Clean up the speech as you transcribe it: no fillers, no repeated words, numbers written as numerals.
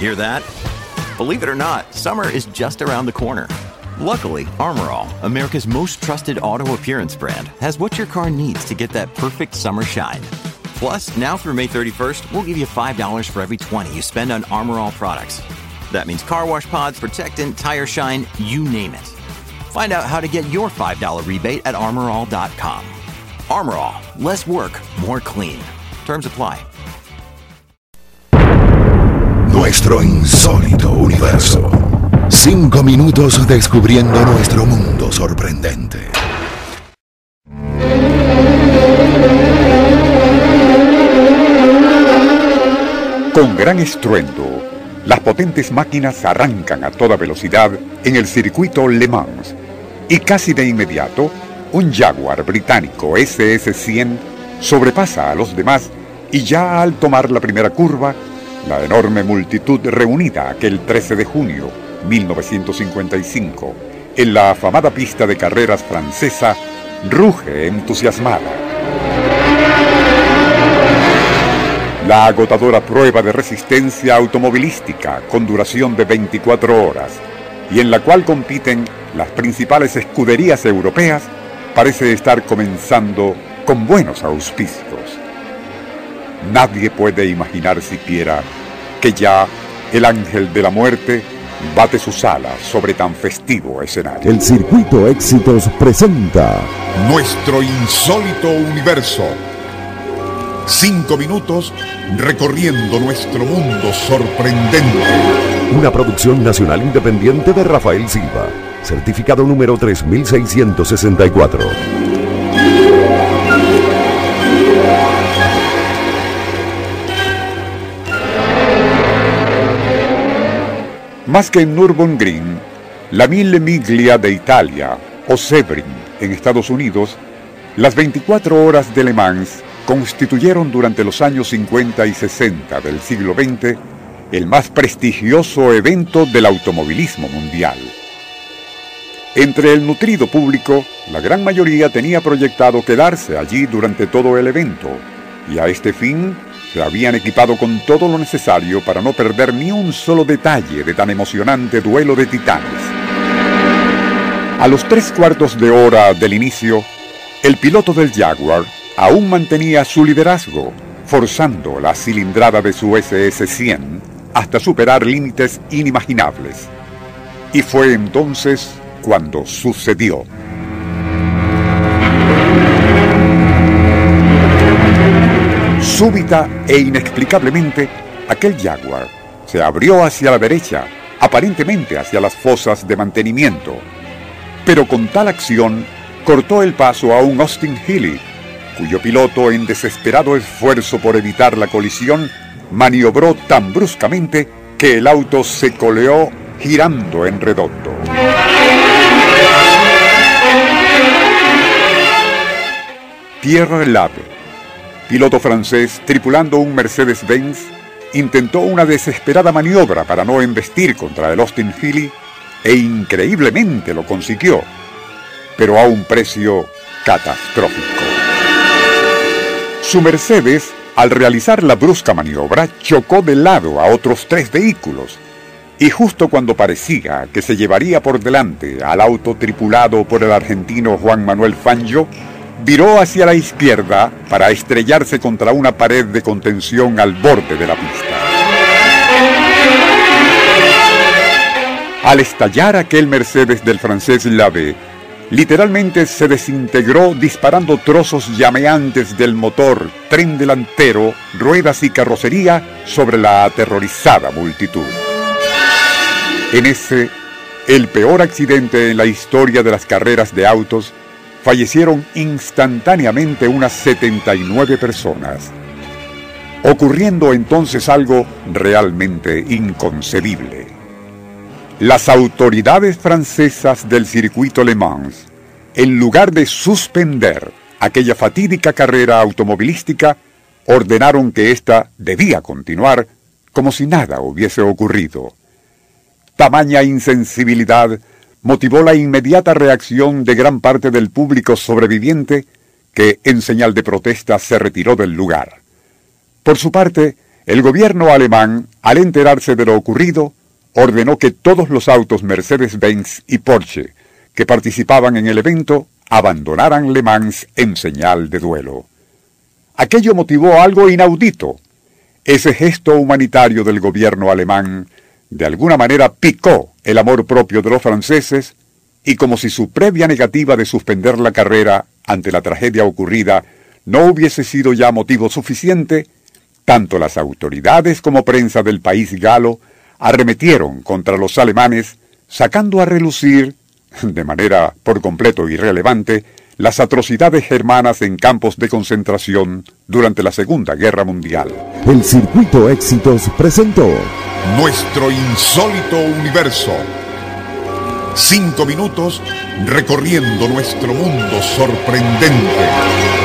Hear that? Believe it or not, summer is just around the corner. Luckily, Armor All, America's most trusted auto appearance brand, has what your car needs to get that perfect summer shine. Plus, now through May 31st, we'll give you $5 for every $20 you spend on Armor All products. That means car wash pods, protectant, tire shine, you name it. Find out how to get your $5 rebate at armorall.com. Armor All, less work, more clean. Terms apply. Nuestro insólito universo. 5 minutos descubriendo nuestro mundo sorprendente. Con gran estruendo, las potentes máquinas arrancan a toda velocidad en el circuito Le Mans y casi de inmediato, un Jaguar británico SS-100 sobrepasa a los demás y ya al tomar la primera curva, la enorme multitud reunida aquel 13 de junio 1955 en la afamada pista de carreras francesa ruge entusiasmada. La agotadora prueba de resistencia automovilística con duración de 24 horas y en la cual compiten las principales escuderías europeas parece estar comenzando con buenos auspicios. Nadie puede imaginar siquiera que ya el ángel de la muerte bate sus alas sobre tan festivo escenario. El Circuito Éxitos presenta Nuestro insólito universo. 5 minutos recorriendo nuestro mundo sorprendente. Una producción nacional independiente de Rafael Silva. Certificado número 3664. Más que en Nürburgring, la Mille Miglia de Italia o Sebring en Estados Unidos, las 24 horas de Le Mans constituyeron durante los años 50 y 60 del siglo XX el más prestigioso evento del automovilismo mundial. Entre el nutrido público, la gran mayoría tenía proyectado quedarse allí durante todo el evento, y a este fin se habían equipado con todo lo necesario para no perder ni un solo detalle de tan emocionante duelo de titanes. A los 3/4 de hora del inicio, el piloto del Jaguar aún mantenía su liderazgo, forzando la cilindrada de su SS-100 hasta superar límites inimaginables. Y fue entonces cuando sucedió. Súbita e inexplicablemente, aquel Jaguar se abrió hacia la derecha, aparentemente hacia las fosas de mantenimiento, pero con tal acción cortó el paso a un Austin Healey, cuyo piloto, en desesperado esfuerzo por evitar la colisión, maniobró tan bruscamente que el auto se coleó girando en redondo. Pierre Lab, piloto francés tripulando un Mercedes-Benz, intentó una desesperada maniobra para no embestir contra el Austin Healey e increíblemente lo consiguió, pero a un precio catastrófico. Su Mercedes, al realizar la brusca maniobra, chocó de lado a otros 3 vehículos, y justo cuando parecía que se llevaría por delante al auto tripulado por el argentino Juan Manuel Fangio, viró hacia la izquierda para estrellarse contra una pared de contención al borde de la pista. Al estallar aquel Mercedes del francés Lave, literalmente se desintegró disparando trozos llameantes del motor, tren delantero, ruedas y carrocería sobre la aterrorizada multitud. En ese, el peor accidente en la historia de las carreras de autos, fallecieron instantáneamente unas 79 personas, ocurriendo entonces algo realmente inconcebible. Las autoridades francesas del circuito Le Mans, en lugar de suspender aquella fatídica carrera automovilística, ordenaron que ésta debía continuar como si nada hubiese ocurrido. Tamaña insensibilidad motivó la inmediata reacción de gran parte del público sobreviviente, que, en señal de protesta, se retiró del lugar. Por su parte, El gobierno alemán, al enterarse de lo ocurrido, ordenó que todos los autos Mercedes-Benz y Porsche que participaban en el evento abandonaran Le Mans en señal de duelo. Aquello motivó algo inaudito. Ese gesto humanitario del gobierno alemán de alguna manera picó el amor propio de los franceses y como si su previa negativa de suspender la carrera ante la tragedia ocurrida no hubiese sido ya motivo suficiente, tanto las autoridades como prensa del país galo arremetieron contra los alemanes, sacando a relucir, de manera por completo irrelevante, las atrocidades germanas en campos de concentración durante la Segunda Guerra Mundial. El Circuito Éxitos presentó Nuestro insólito universo. 5 minutos recorriendo nuestro mundo sorprendente.